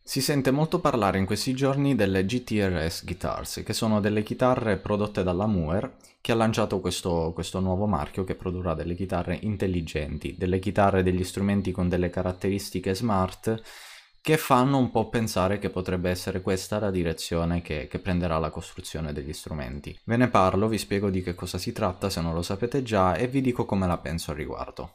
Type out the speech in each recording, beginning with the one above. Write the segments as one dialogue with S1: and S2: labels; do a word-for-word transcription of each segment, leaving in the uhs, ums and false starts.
S1: Si sente molto parlare in questi giorni delle G T R S Guitars, che sono delle chitarre prodotte dalla Moer, che ha lanciato questo, questo nuovo marchio che produrrà delle chitarre intelligenti, delle chitarre, degli strumenti con delle caratteristiche smart che fanno un po' pensare che potrebbe essere questa la direzione che, che prenderà la costruzione degli strumenti. Ve ne parlo, vi spiego di che cosa si tratta se non lo sapete già e vi dico come la penso al riguardo.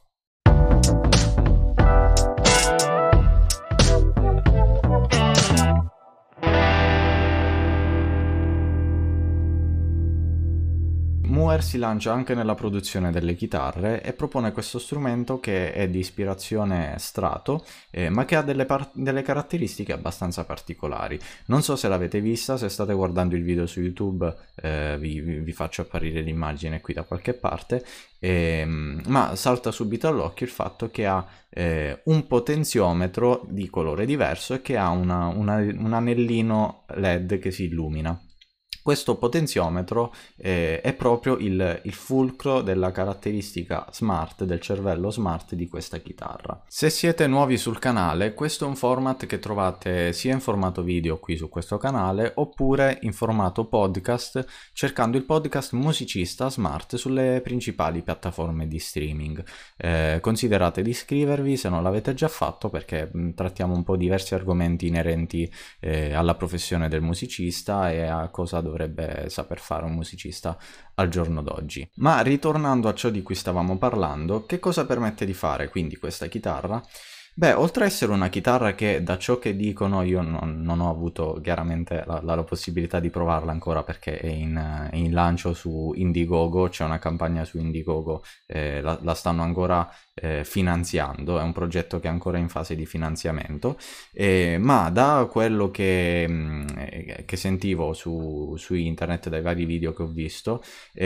S1: Moer si lancia anche nella produzione delle chitarre e propone questo strumento che è di ispirazione strato, eh, ma che ha delle, delle caratteristiche abbastanza particolari. Non so se l'avete vista, se state guardando il video su YouTube eh, vi, vi faccio apparire l'immagine qui da qualche parte, eh, ma salta subito all'occhio il fatto che ha eh, un potenziometro di colore diverso e che ha una, una, un anellino L E D che si illumina. Questo potenziometro eh, è proprio il, il fulcro della caratteristica smart, del cervello smart di questa chitarra. Se siete nuovi sul canale, questo è un format che trovate sia in formato video qui su questo canale, oppure in formato podcast, cercando il podcast Musicista Smart sulle principali piattaforme di streaming. Eh, considerate di iscrivervi se non l'avete già fatto, perché mh, trattiamo un po' diversi argomenti inerenti eh, alla professione del musicista e a cosa dovrebbe dovrebbe saper fare un musicista al giorno d'oggi. Ma ritornando a ciò di cui stavamo parlando, che cosa permette di fare quindi questa chitarra? Beh, oltre a essere una chitarra che da ciò che dicono io non, non ho avuto chiaramente la, la, la possibilità di provarla ancora perché è in, è in lancio su Indiegogo, c'è una campagna su Indiegogo, eh, la, la stanno ancora eh, finanziando, è un progetto che è ancora in fase di finanziamento, eh, ma da quello che, mh, che sentivo su, su internet, dai vari video che ho visto,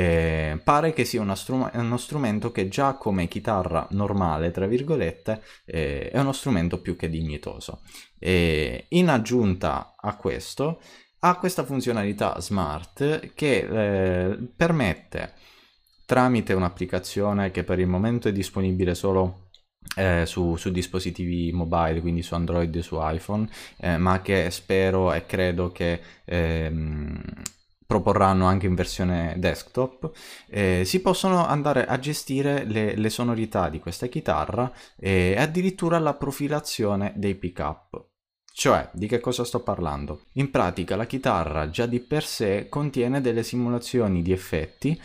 S1: eh, pare che sia una strum- uno strumento che già come chitarra normale, tra virgolette, eh, è uno strumento più che dignitoso. E in aggiunta a questo ha questa funzionalità smart che eh, permette, tramite un'applicazione che per il momento è disponibile solo eh, su, su dispositivi mobile, quindi su Android e su iPhone, eh, ma che spero e credo che ehm, proporranno anche in versione desktop, eh, si possono andare a gestire le, le sonorità di questa chitarra e addirittura la profilazione dei pick-up. Cioè, di che cosa sto parlando? In pratica la chitarra già di per sé contiene delle simulazioni di effetti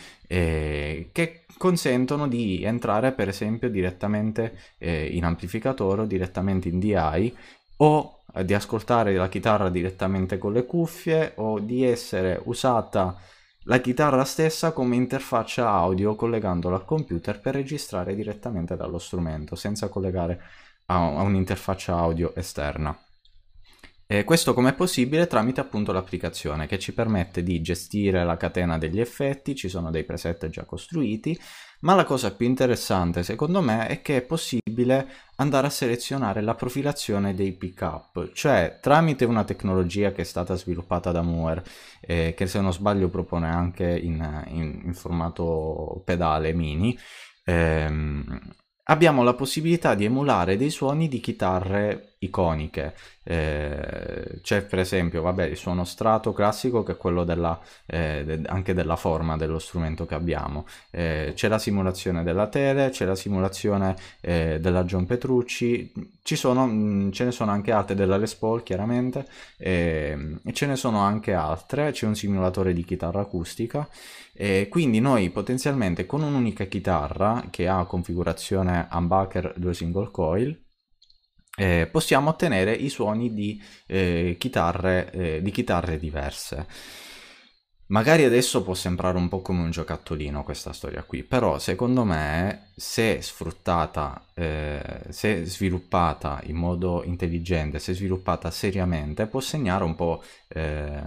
S1: eh, che consentono di entrare per esempio direttamente eh, in amplificatore o direttamente in D I, o di ascoltare la chitarra direttamente con le cuffie, o di essere usata la chitarra stessa come interfaccia audio collegandola al computer per registrare direttamente dallo strumento senza collegare a, a un'interfaccia audio esterna. E questo com'è possibile? Tramite appunto l'applicazione che ci permette di gestire la catena degli effetti, ci sono dei preset già costruiti, ma la cosa più interessante secondo me è che è possibile andare a selezionare la profilazione dei pick-up, cioè tramite una tecnologia che è stata sviluppata da Moer, eh, che se non sbaglio propone anche in, in, in formato pedale mini, ehm, abbiamo la possibilità di emulare dei suoni di chitarre iconiche. Eh, c'è per esempio vabbè, il suono strato classico che è quello della, eh, de- anche della forma dello strumento che abbiamo, eh, c'è la simulazione della Tele, c'è la simulazione eh, della John Petrucci, ci sono, mh, ce ne sono anche altre, della Les Paul chiaramente, eh, e ce ne sono anche altre, c'è un simulatore di chitarra acustica. E quindi noi potenzialmente con un'unica chitarra che ha configurazione humbucker due single coil eh, possiamo ottenere i suoni di, eh, chitarre, eh, di chitarre diverse. Magari adesso può sembrare un po' come un giocattolino questa storia qui, però secondo me se sfruttata, eh, se sviluppata in modo intelligente, se sviluppata seriamente, può segnare un po' eh,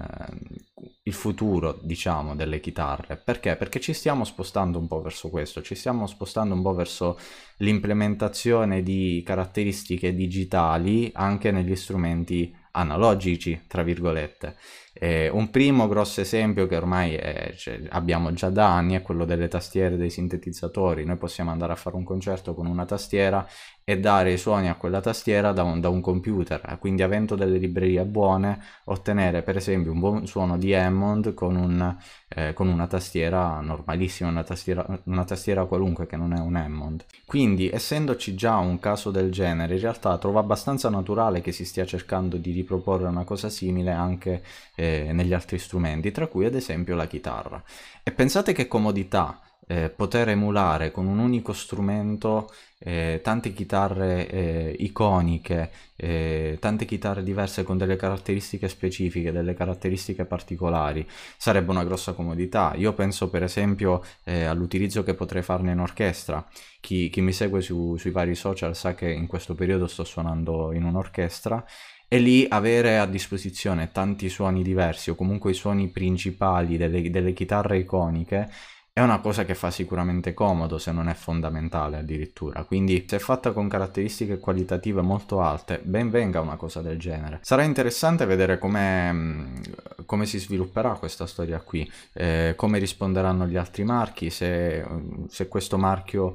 S1: il futuro, diciamo, delle chitarre. Perché? Perché ci stiamo spostando un po' verso questo, ci stiamo spostando un po' verso l'implementazione di caratteristiche digitali anche negli strumenti analogici, tra virgolette. Eh, un primo grosso esempio che ormai è, cioè, abbiamo già da anni è quello delle tastiere, dei sintetizzatori. Noi possiamo andare a fare un concerto con una tastiera e dare i suoni a quella tastiera da un, da un computer, quindi avendo delle librerie buone, ottenere per esempio un buon suono di Hammond con, un, eh, con una tastiera normalissima, una tastiera, una tastiera qualunque che non è un Hammond. Quindi, essendoci già un caso del genere, in realtà trovo abbastanza naturale che si stia cercando di riproporre una cosa simile anche eh, negli altri strumenti, tra cui ad esempio la chitarra. E pensate che comodità eh, poter emulare con un unico strumento eh, tante chitarre eh, iconiche, eh, tante chitarre diverse con delle caratteristiche specifiche, delle caratteristiche particolari, sarebbe una grossa comodità. Io penso per esempio eh, all'utilizzo che potrei farne in orchestra. Chi, chi mi segue su, sui vari social sa che in questo periodo sto suonando in un'orchestra, e lì avere a disposizione tanti suoni diversi o comunque i suoni principali delle, delle chitarre iconiche è una cosa che fa sicuramente comodo, se non è fondamentale addirittura. Quindi se è fatta con caratteristiche qualitative molto alte, ben venga una cosa del genere. Sarà interessante vedere come, come si svilupperà questa storia qui, eh, come risponderanno gli altri marchi, se, se questo marchio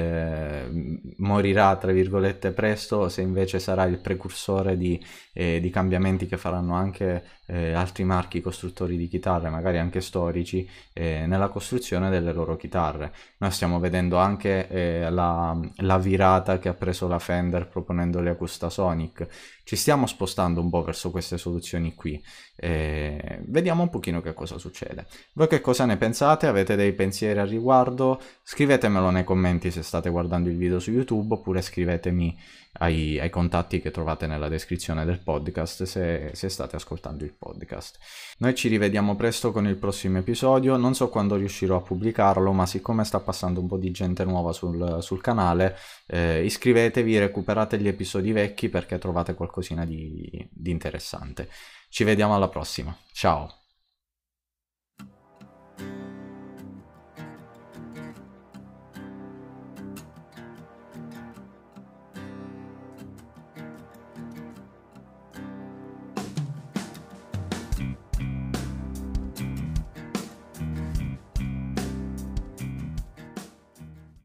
S1: eh, morirà tra virgolette presto, se invece sarà il precursore di, eh, di cambiamenti che faranno anche eh, altri marchi costruttori di chitarre, magari anche storici, eh, nella costruzione delle loro chitarre. Noi stiamo vedendo anche eh, la, la virata che ha preso la Fender proponendo le Acustasonic. Ci stiamo spostando un po' verso queste soluzioni qui. Eh, vediamo un pochino che cosa succede. Voi che cosa ne pensate? Avete dei pensieri al riguardo? Scrivetemelo nei commenti se state guardando il video su YouTube, oppure scrivetemi ai, ai contatti che trovate nella descrizione del podcast se, se state ascoltando il podcast. Noi ci rivediamo presto con il prossimo episodio. Non so quando riuscirò a pubblicarlo, ma siccome sta passando un po' di gente nuova sul, sul canale, eh, iscrivetevi, recuperate gli episodi vecchi perché trovate qualcosina di, di interessante. Ci vediamo alla prossima. Ciao!